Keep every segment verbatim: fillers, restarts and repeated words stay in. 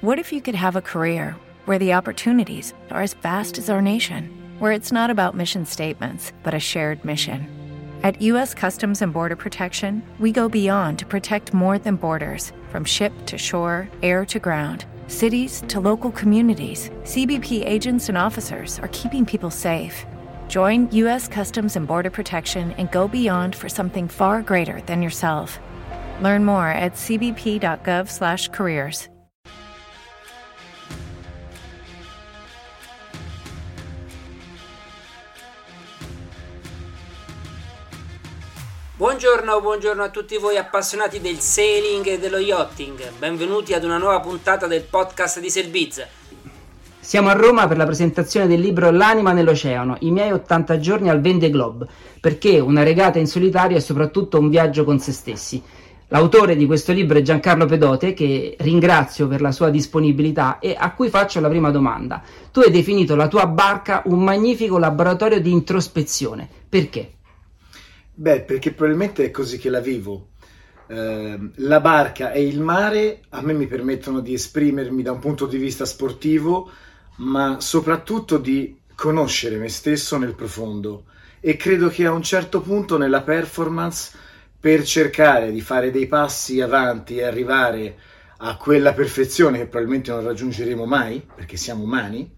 What if you could have a career where the opportunities are as vast as our nation, where it's not about mission statements, but a shared mission? At U S Customs and Border Protection, we go beyond to protect more than borders. From ship to shore, air to ground, cities to local communities, C B P agents and officers are keeping people safe. Join U S Customs and Border Protection and go beyond for something far greater than yourself. Learn more at c b p dot gov slash careers. Buongiorno, buongiorno a tutti voi appassionati del sailing e dello yachting. Benvenuti ad una nuova puntata del podcast di Sailbiz. Siamo a Roma per la presentazione del libro L'anima nell'oceano, i miei ottanta giorni al Vendée Globe, perché una regata in solitario è soprattutto un viaggio con se stessi. L'autore di questo libro è Giancarlo Pedote, che ringrazio per la sua disponibilità e a cui faccio la prima domanda. Tu hai definito la tua barca un magnifico laboratorio di introspezione. Perché? Beh, perché probabilmente è così che la vivo. Eh, la barca e il mare a me mi permettono di esprimermi da un punto di vista sportivo, ma soprattutto di conoscere me stesso nel profondo. E credo che a un certo punto nella performance, per cercare di fare dei passi avanti e arrivare a quella perfezione che probabilmente non raggiungeremo mai, perché siamo umani,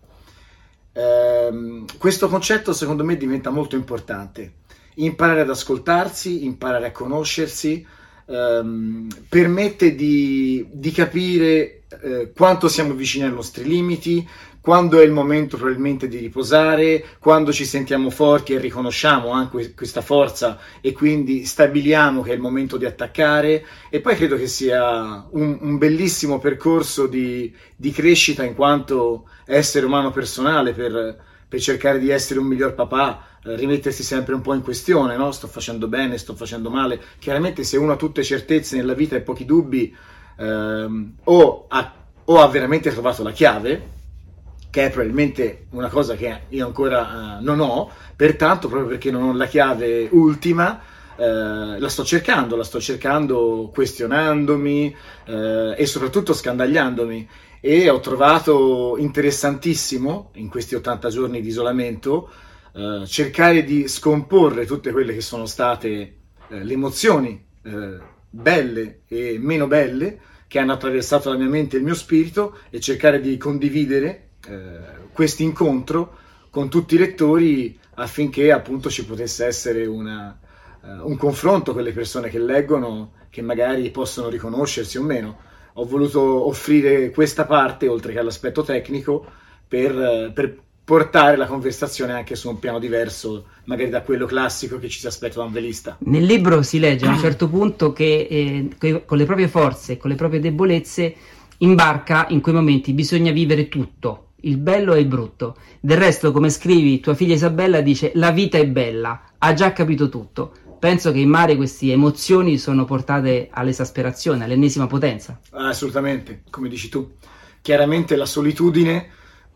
ehm, questo concetto secondo me diventa molto importante. Imparare ad ascoltarsi, imparare a conoscersi, ehm, permette di, di capire eh, quanto siamo vicini ai nostri limiti, quando è il momento probabilmente di riposare, quando ci sentiamo forti e riconosciamo anche questa forza e quindi stabiliamo che è il momento di attaccare. E poi credo che sia un, un bellissimo percorso di, di crescita in quanto essere umano personale per, per cercare di essere un miglior papà, rimettersi sempre un po' in questione, no? Sto facendo bene, sto facendo male. Chiaramente se uno ha tutte certezze nella vita e pochi dubbi, ehm, o, ha, o ha veramente trovato la chiave, che è probabilmente una cosa che io ancora uh, non ho, pertanto proprio perché non ho la chiave ultima, uh, la sto cercando, la sto cercando questionandomi uh, e soprattutto scandagliandomi. E ho trovato interessantissimo in questi ottanta giorni di isolamento Uh, cercare di scomporre tutte quelle che sono state uh, le emozioni uh, belle e meno belle che hanno attraversato la mia mente e il mio spirito e cercare di condividere uh, questo incontro con tutti i lettori affinché appunto ci potesse essere una, uh, un confronto con le persone che leggono, che magari possono riconoscersi o meno. Ho voluto offrire questa parte oltre che all'aspetto tecnico per, uh, per portare la conversazione anche su un piano diverso, magari da quello classico che ci si aspetta da un velista. Nel libro si legge a un certo punto che eh, con le proprie forze e con le proprie debolezze in barca in quei momenti bisogna vivere tutto, il bello e il brutto. Del resto, come scrivi, tua figlia Isabella dice la vita è bella, ha già capito tutto. Penso che in mare queste emozioni sono portate all'esasperazione, all'ennesima potenza. Ah, assolutamente, come dici tu. Chiaramente la solitudine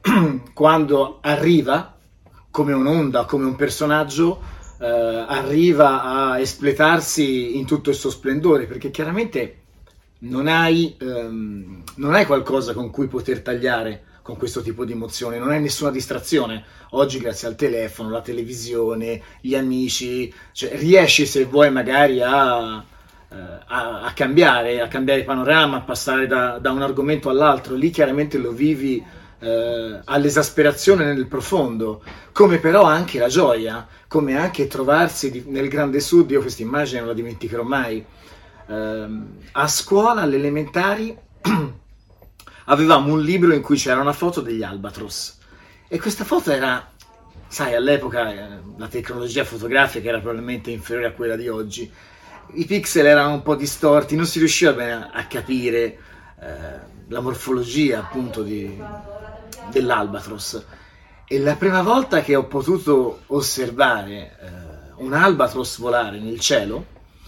quando arriva come un'onda, come un personaggio, eh, arriva a espletarsi in tutto il suo splendore, perché chiaramente non hai, ehm, non hai qualcosa con cui poter tagliare con questo tipo di emozione, non hai nessuna distrazione. Oggi grazie al telefono, la televisione, gli amici, cioè, riesci se vuoi magari a, eh, a, a cambiare, a cambiare panorama, a passare da, da un argomento all'altro. Lì chiaramente lo vivi Uh, all'esasperazione nel profondo, come però anche la gioia, come anche trovarsi di, nel Grande Sud. Io questa immagine non la dimenticherò mai. Uh, a scuola, alle elementari, avevamo un libro in cui c'era una foto degli albatros e questa foto era, sai, all'epoca eh, la tecnologia fotografica era probabilmente inferiore a quella di oggi, i pixel erano un po' distorti, non si riusciva bene a, a capire eh, la morfologia appunto di dell'albatros. E la prima volta che ho potuto osservare eh, un albatros volare nel cielo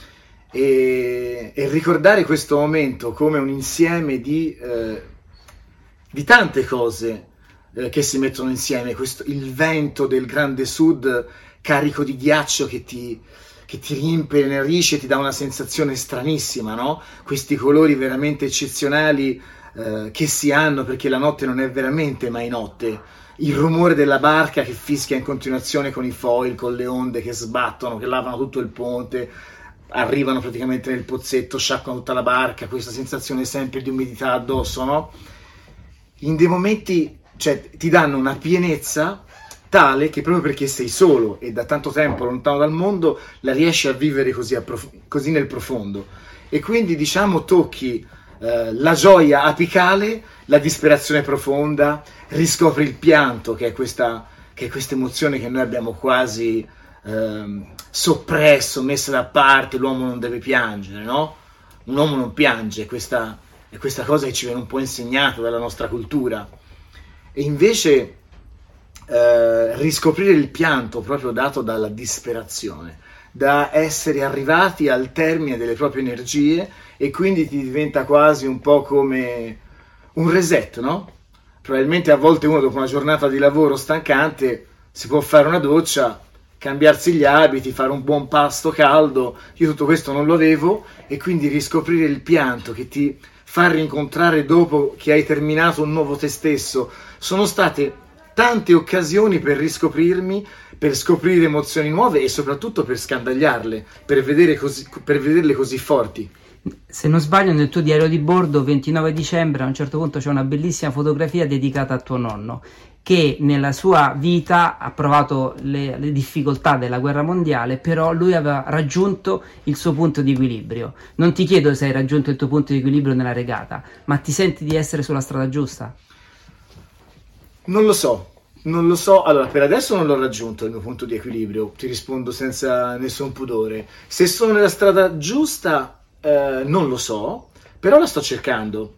e, e ricordare questo momento come un insieme di, eh, di tante cose eh, che si mettono insieme, questo, il vento del Grande Sud carico di ghiaccio che ti, che ti rimpenerisce, ti dà una sensazione stranissima, no? Questi colori veramente eccezionali eh, che si hanno, perché la notte non è veramente mai notte, il rumore della barca che fischia in continuazione con i foil, con le onde che sbattono, che lavano tutto il ponte, arrivano praticamente nel pozzetto, sciacquano tutta la barca, questa sensazione sempre di umidità addosso, no? In dei momenti, cioè, ti danno una pienezza tale che proprio perché sei solo e da tanto tempo lontano dal mondo la riesci a vivere così, a prof- così nel profondo, e quindi diciamo tocchi eh, la gioia apicale, la disperazione profonda, riscopri il pianto, che è questa, che è questa emozione che noi abbiamo quasi eh, soppresso, messa da parte. L'uomo non deve piangere, no? Un uomo non piange, questa, è questa cosa che ci viene un po' insegnata dalla nostra cultura, e invece Eh, riscoprire il pianto proprio dato dalla disperazione, da essere arrivati al termine delle proprie energie, e quindi ti diventa quasi un po' come un reset, no? Probabilmente a volte uno dopo una giornata di lavoro stancante si può fare una doccia, cambiarsi gli abiti, fare un buon pasto caldo. Io tutto questo non lo avevo, e quindi riscoprire il pianto che ti fa rincontrare dopo che hai terminato un nuovo te stesso. Sono state tante occasioni per riscoprirmi, per scoprire emozioni nuove e soprattutto per scandagliarle, per, vedere così, per vederle così forti. Se non sbaglio, nel tuo diario di bordo, ventinove dicembre, a un certo punto c'è una bellissima fotografia dedicata a tuo nonno, che nella sua vita ha provato le, le difficoltà della guerra mondiale, però lui aveva raggiunto il suo punto di equilibrio. Non ti chiedo se hai raggiunto il tuo punto di equilibrio nella regata, ma ti senti di essere sulla strada giusta? Non lo so, non lo so. Allora, per adesso non l'ho raggiunto il mio punto di equilibrio, ti rispondo senza nessun pudore. Se sono nella strada giusta, eh, non lo so, però la sto cercando.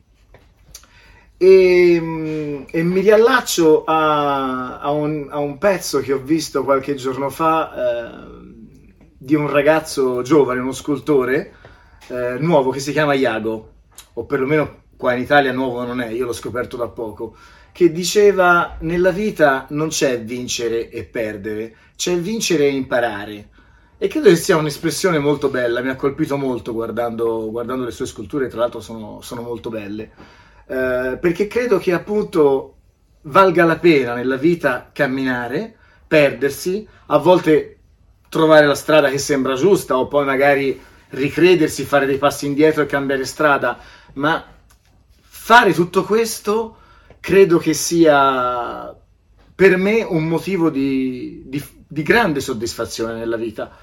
E, e mi riallaccio a, a, un, a un pezzo che ho visto qualche giorno fa eh, di un ragazzo giovane, uno scultore eh, nuovo, che si chiama Iago, o perlomeno qua in Italia nuovo non è, io l'ho scoperto da poco, che diceva: nella vita non c'è vincere e perdere, c'è vincere e imparare. E credo che sia un'espressione molto bella, mi ha colpito molto guardando, guardando le sue sculture, tra l'altro sono, sono molto belle, eh, perché credo che appunto valga la pena nella vita camminare, perdersi, a volte trovare la strada che sembra giusta, o poi magari ricredersi, fare dei passi indietro e cambiare strada, ma fare tutto questo credo che sia per me un motivo di, di, di grande soddisfazione nella vita,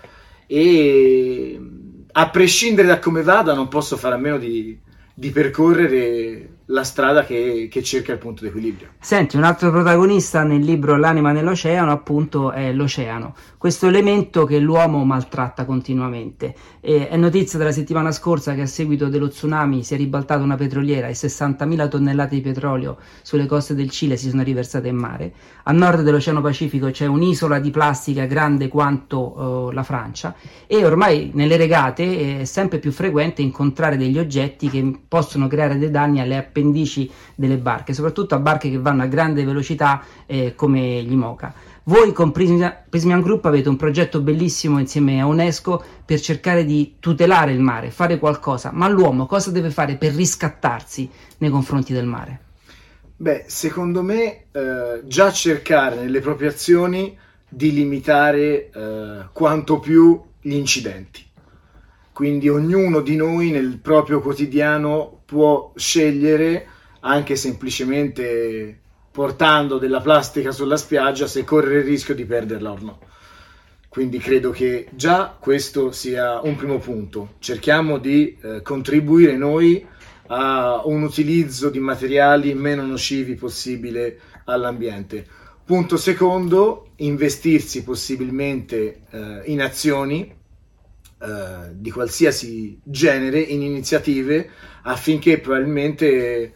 e a prescindere da come vada non posso fare a meno di, di percorrere la strada che, che cerca il punto di equilibrio. Senti, un altro protagonista nel libro L'anima nell'oceano appunto è l'oceano, questo elemento che l'uomo maltratta continuamente. E è notizia della settimana scorsa che a seguito dello tsunami si è ribaltata una petroliera e sessantamila tonnellate di petrolio sulle coste del Cile si sono riversate in mare. A nord dell'Oceano Pacifico c'è un'isola di plastica grande quanto uh, la Francia, e ormai nelle regate è sempre più frequente incontrare degli oggetti che possono creare dei danni alle appendici delle barche, soprattutto a barche che vanno a grande velocità eh, come gli Mocha. Voi con Prismian, Prismian Group avete un progetto bellissimo insieme a UNESCO per cercare di tutelare il mare, fare qualcosa, ma l'uomo cosa deve fare per riscattarsi nei confronti del mare? Beh, secondo me eh, già cercare nelle proprie azioni di limitare eh, quanto più gli incidenti. Quindi ognuno di noi nel proprio quotidiano può scegliere, anche semplicemente portando della plastica sulla spiaggia, se corre il rischio di perderla o no. Quindi credo che già questo sia un primo punto. Cerchiamo di eh, contribuire noi a un utilizzo di materiali meno nocivi possibile all'ambiente. Punto secondo, investirsi possibilmente eh, in azioni Uh, di qualsiasi genere, in iniziative, affinché probabilmente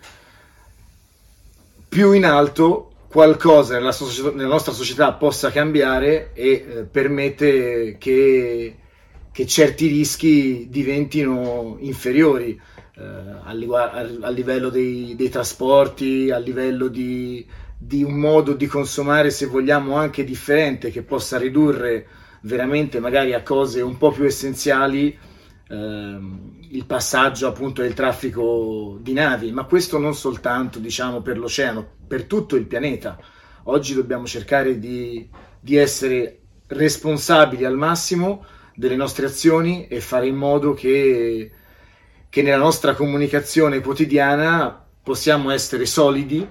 più in alto qualcosa nella, so- nella nostra società possa cambiare e uh, permette che, che certi rischi diventino inferiori uh, a, ligu- a livello dei, dei trasporti, a livello di, di un modo di consumare, se vogliamo, anche differente, che possa ridurre veramente magari a cose un po' più essenziali ehm, il passaggio appunto del traffico di navi, ma questo non soltanto diciamo per l'oceano, per tutto il pianeta. Oggi dobbiamo cercare di, di essere responsabili al massimo delle nostre azioni e fare in modo che, che nella nostra comunicazione quotidiana possiamo essere solidi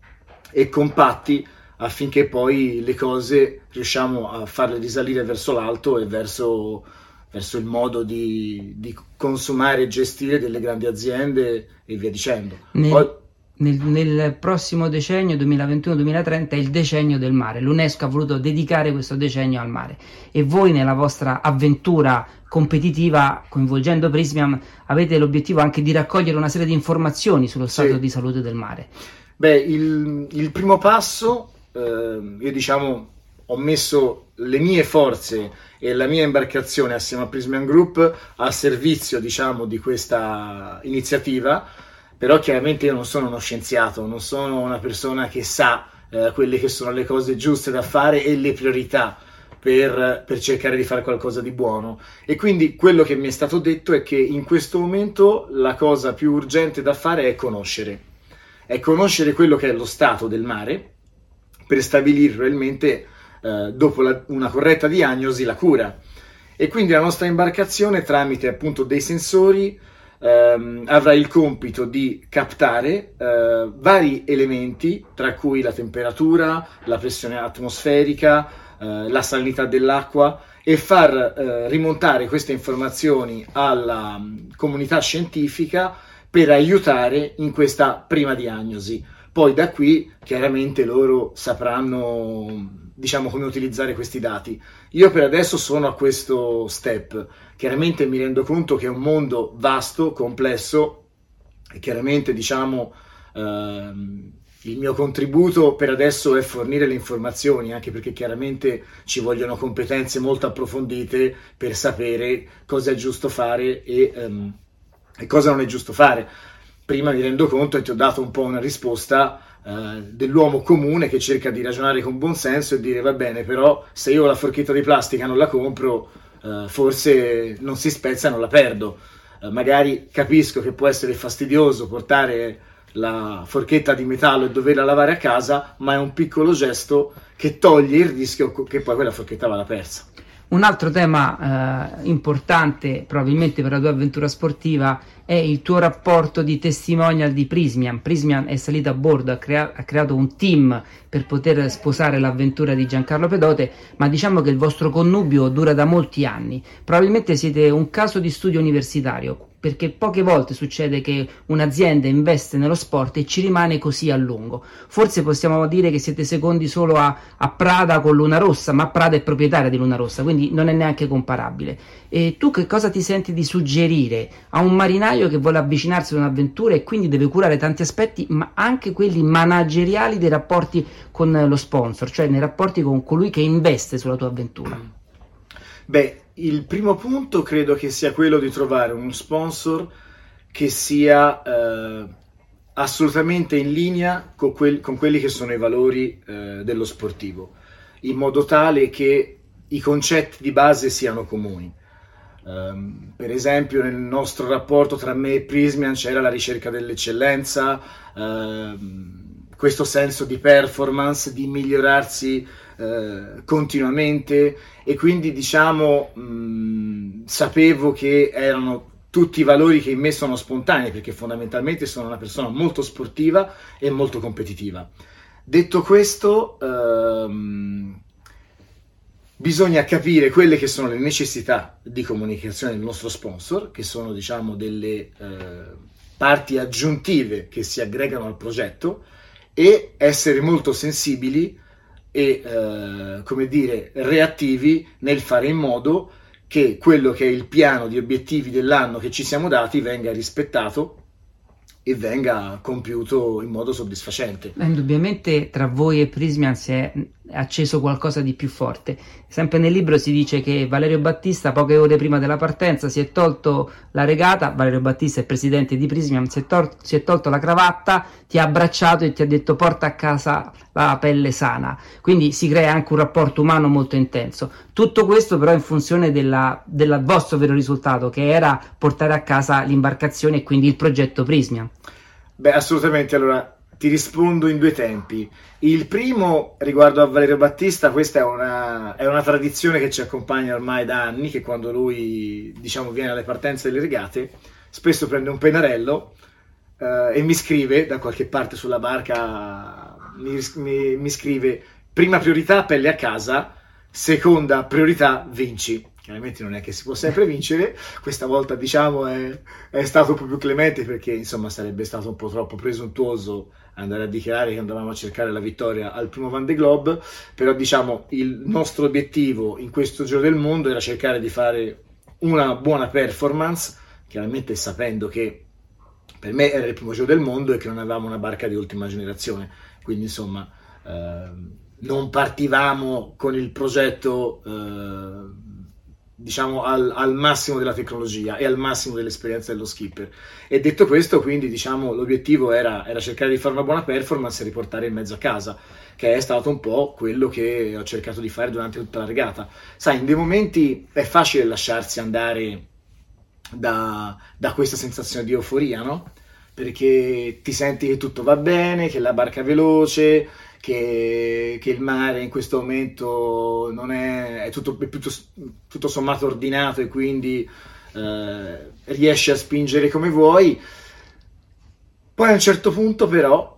e compatti affinché poi le cose riusciamo a farle risalire verso l'alto e verso, verso il modo di, di consumare e gestire delle grandi aziende e via dicendo. Nel, poi, nel, nel prossimo decennio duemilaventuno duemilatrenta è il decennio del mare. L'UNESCO ha voluto dedicare questo decennio al mare e voi nella vostra avventura competitiva coinvolgendo Prysmian avete l'obiettivo anche di raccogliere una serie di informazioni sullo stato sì. di salute del mare. Beh, il, il primo passo, eh, io diciamo ho messo le mie forze e la mia imbarcazione assieme a Prysmian Group a servizio diciamo di questa iniziativa, però chiaramente io non sono uno scienziato, non sono una persona che sa eh, quelle che sono le cose giuste da fare e le priorità per, per cercare di fare qualcosa di buono, e quindi quello che mi è stato detto è che in questo momento la cosa più urgente da fare è conoscere è conoscere quello che è lo stato del mare per stabilire realmente eh, dopo la, una corretta diagnosi la cura. E quindi la nostra imbarcazione tramite appunto dei sensori ehm, avrà il compito di captare eh, vari elementi, tra cui la temperatura, la pressione atmosferica, eh, la salinità dell'acqua, e far eh, rimontare queste informazioni alla um, comunità scientifica per aiutare in questa prima diagnosi. Poi da qui chiaramente loro sapranno diciamo come utilizzare questi dati. Io per adesso sono a questo step, chiaramente mi rendo conto che è un mondo vasto, complesso, e chiaramente diciamo ehm, il mio contributo per adesso è fornire le informazioni, anche perché chiaramente ci vogliono competenze molto approfondite per sapere cosa è giusto fare e, um, e cosa non è giusto fare. Prima mi rendo conto e ti ho dato un po' una risposta uh, dell'uomo comune che cerca di ragionare con buon senso e dire va bene, però se io la forchetta di plastica non la compro, uh, forse non si spezza, non la perdo. Uh, magari capisco che può essere fastidioso portare la forchetta di metallo e doverla lavare a casa, ma è un piccolo gesto che toglie il rischio che poi quella forchetta vada persa. Un altro tema eh, importante probabilmente per la tua avventura sportiva è il tuo rapporto di testimonial di Prysmian. Prysmian è salito a bordo, ha, crea- ha creato un team per poter sposare l'avventura di Giancarlo Pedote, ma diciamo che il vostro connubio dura da molti anni. Probabilmente siete un caso di studio universitario, perché poche volte succede che un'azienda investe nello sport e ci rimane così a lungo. Forse possiamo dire che siete secondi solo a, a Prada con Luna Rossa, ma Prada è proprietaria di Luna Rossa, quindi non è neanche comparabile. E tu che cosa ti senti di suggerire a un marinaio che vuole avvicinarsi ad un'avventura e quindi deve curare tanti aspetti, ma anche quelli manageriali dei rapporti con lo sponsor, cioè nei rapporti con colui che investe sulla tua avventura? Beh, il primo punto credo che sia quello di trovare uno sponsor che sia eh, assolutamente in linea con, quel, con quelli che sono i valori eh, dello sportivo, in modo tale che i concetti di base siano comuni. Um, per esempio nel nostro rapporto tra me e Prysmian c'era la ricerca dell'eccellenza, uh, questo senso di performance, di migliorarsi uh, continuamente, e quindi diciamo mh, sapevo che erano tutti i valori che in me sono spontanei, perché fondamentalmente sono una persona molto sportiva e molto competitiva. Detto questo, uh, bisogna capire quelle che sono le necessità di comunicazione del nostro sponsor, che sono diciamo delle eh, parti aggiuntive che si aggregano al progetto, e essere molto sensibili e eh, come dire reattivi nel fare in modo che quello che è il piano di obiettivi dell'anno che ci siamo dati venga rispettato e venga compiuto in modo soddisfacente. Indubbiamente tra voi e Prysmian si è acceso qualcosa di più forte. Sempre nel libro si dice che Valerio Battista, poche ore prima della partenza, si è tolto la regata. Valerio Battista è presidente di Prysmian, si è, tol- si è tolto la cravatta, ti ha abbracciato e ti ha detto porta a casa la pelle sana. Quindi si crea anche un rapporto umano molto intenso. Tutto questo però in funzione della, del vostro vero risultato, che era portare a casa l'imbarcazione e quindi il progetto Prysmian. Beh, assolutamente. Allora ti rispondo in due tempi. Il primo riguardo a Valerio Battista, questa è una, è una tradizione che ci accompagna ormai da anni, che quando lui, diciamo, viene alle partenze delle regate, spesso prende un pennarello eh, e mi scrive da qualche parte sulla barca, mi, mi, mi scrive: prima priorità pelle a casa, seconda priorità vinci. Chiaramente non è che si può sempre vincere, questa volta diciamo è, è stato un po' più clemente, perché insomma sarebbe stato un po' troppo presuntuoso andare a dichiarare che andavamo a cercare la vittoria al primo Vendée Globe, però diciamo il nostro obiettivo in questo Giro del Mondo era cercare di fare una buona performance, chiaramente sapendo che per me era il primo Giro del Mondo e che non avevamo una barca di ultima generazione, quindi insomma eh, non partivamo con il progetto eh, diciamo al, al massimo della tecnologia e al massimo dell'esperienza dello skipper. E detto questo, quindi diciamo l'obiettivo era, era cercare di fare una buona performance e riportare il mezzo a casa, che è stato un po' quello che ho cercato di fare durante tutta la regata. Sai, in dei momenti è facile lasciarsi andare da, da questa sensazione di euforia, no? Perché ti senti che tutto va bene, che la barca è veloce, Che, che il mare in questo momento non è, è tutto, è tutto, tutto sommato ordinato e quindi eh, riesci a spingere come vuoi. Poi a un certo punto però,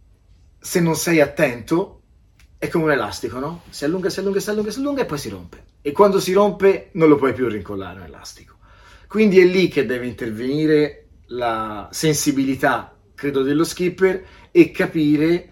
se non sei attento, è come un elastico, no? Si allunga, si allunga, si allunga, si allunga e poi si rompe. E quando si rompe non lo puoi più rincollare l'elastico. Quindi è lì che deve intervenire la sensibilità, credo, dello skipper e capire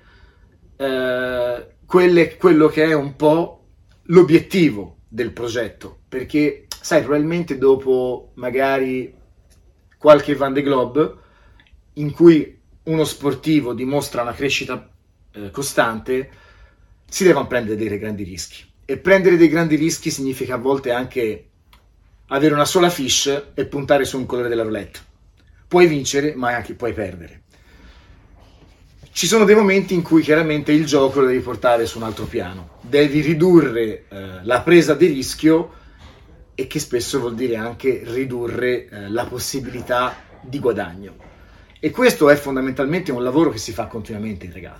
Uh, quelle, quello che è un po' l'obiettivo del progetto, perché sai, probabilmente dopo magari qualche Vendée Globe in cui uno sportivo dimostra una crescita uh, costante, si devono prendere dei grandi rischi, e prendere dei grandi rischi significa a volte anche avere una sola fish e puntare su un colore della roulette. Puoi vincere ma anche puoi perdere. Ci sono dei momenti in cui chiaramente il gioco lo devi portare su un altro piano, devi ridurre eh, la presa di rischio, e che spesso vuol dire anche ridurre eh, la possibilità di guadagno. E questo è fondamentalmente un lavoro che si fa continuamente in regata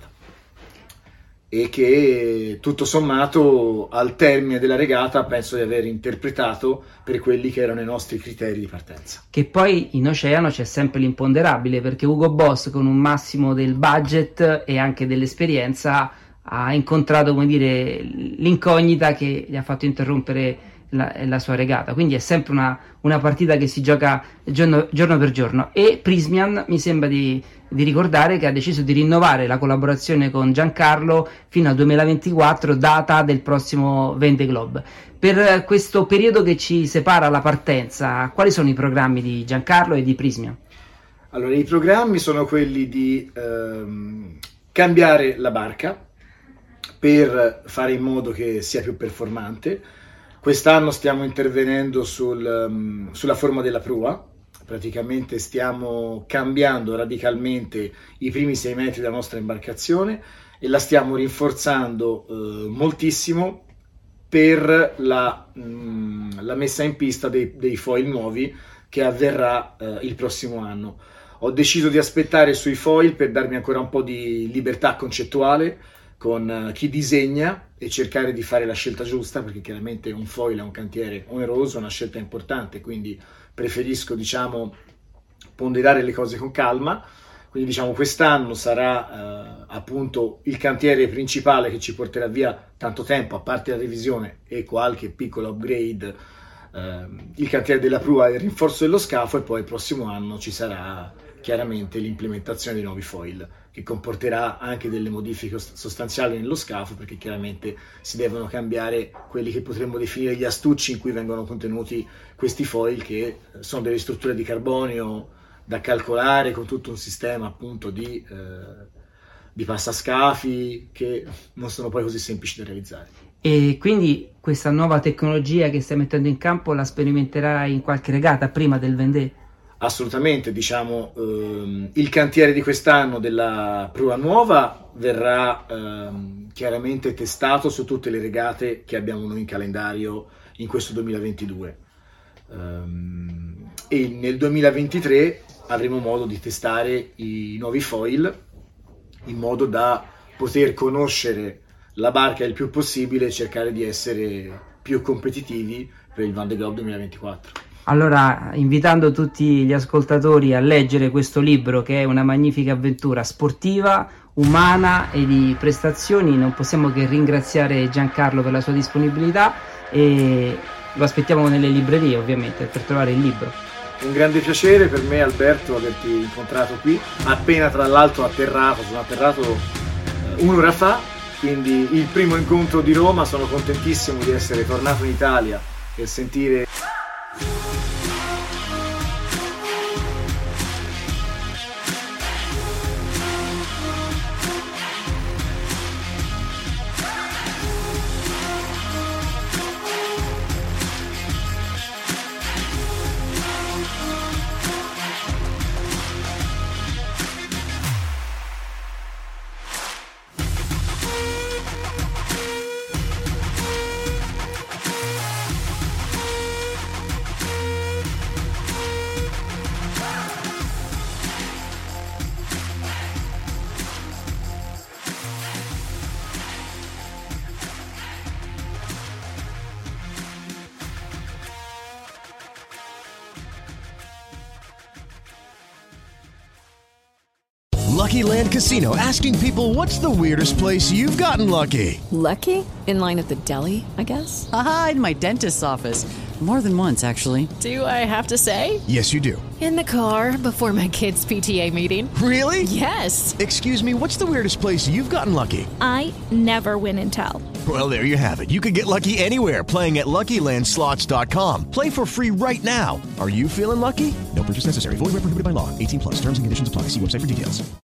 e che tutto sommato al termine della regata penso di aver interpretato per quelli che erano i nostri criteri di partenza. Che poi in oceano c'è sempre l'imponderabile, perché Hugo Boss, con un massimo del budget e anche dell'esperienza, ha incontrato, come dire, l'incognita che gli ha fatto interrompere la, la sua regata, quindi è sempre una, una partita che si gioca giorno, giorno per giorno. E Prysmian mi sembra di, di ricordare che ha deciso di rinnovare la collaborazione con Giancarlo fino al duemilaventiquattro, data del prossimo Vendée Globe. Per questo periodo che ci separa la partenza, quali sono i programmi di Giancarlo e di Prysmian? Allora, i programmi sono quelli di ehm, cambiare la barca per fare in modo che sia più performante. Quest'anno stiamo intervenendo sul, um, sulla forma della prua, praticamente stiamo cambiando radicalmente i primi sei metri della nostra imbarcazione e la stiamo rinforzando uh, moltissimo per la, mh, la messa in pista dei, dei foil nuovi che avverrà uh, il prossimo anno. Ho deciso di aspettare sui foil per darmi ancora un po' di libertà concettuale con uh, chi disegna e cercare di fare la scelta giusta, perché chiaramente un foil è un cantiere oneroso, una scelta importante, quindi preferisco, diciamo, ponderare le cose con calma. Quindi diciamo quest'anno sarà uh, appunto il cantiere principale che ci porterà via tanto tempo, a parte la revisione e qualche piccolo upgrade, uh, il cantiere della prua e il rinforzo dello scafo, e poi il prossimo anno ci sarà chiaramente l'implementazione dei nuovi foil, che comporterà anche delle modifiche sostanziali nello scafo, perché chiaramente si devono cambiare quelli che potremmo definire gli astucci in cui vengono contenuti questi foil, che sono delle strutture di carbonio da calcolare con tutto un sistema appunto di, eh, di passascafi che non sono poi così semplici da realizzare. E quindi questa nuova tecnologia che stai mettendo in campo la sperimenterai in qualche regata prima del Vendée? Assolutamente, diciamo, ehm, il cantiere di quest'anno della prua nuova verrà ehm, chiaramente testato su tutte le regate che abbiamo noi in calendario in questo duemilaventidue. Ehm, e nel duemilaventitré avremo modo di testare i nuovi foil in modo da poter conoscere la barca il più possibile e cercare di essere più competitivi per il Vendée Globe duemilaventiquattro. Allora, invitando tutti gli ascoltatori a leggere questo libro, che è una magnifica avventura sportiva, umana e di prestazioni, non possiamo che ringraziare Giancarlo per la sua disponibilità e lo aspettiamo nelle librerie, ovviamente, per trovare il libro. Un grande piacere per me, Alberto, averti incontrato qui, appena tra l'altro atterrato, sono atterrato eh, un'ora fa, quindi il primo incontro di Roma, sono contentissimo di essere tornato in Italia e sentire... Lucky Land Casino, asking people, what's the weirdest place you've gotten lucky? Lucky? In line at the deli, I guess? Aha, in my dentist's office. More than once, actually. Do I have to say? Yes, you do. In the car before my kids' P T A meeting. Really? Yes. Excuse me, what's the weirdest place you've gotten lucky? I never win and tell. Well, there you have it. You can get lucky anywhere, playing at Lucky Land Slots dot com. Play for free right now. Are you feeling lucky? No purchase necessary. Void where prohibited by law. eighteen plus. Terms and conditions apply. See website for details.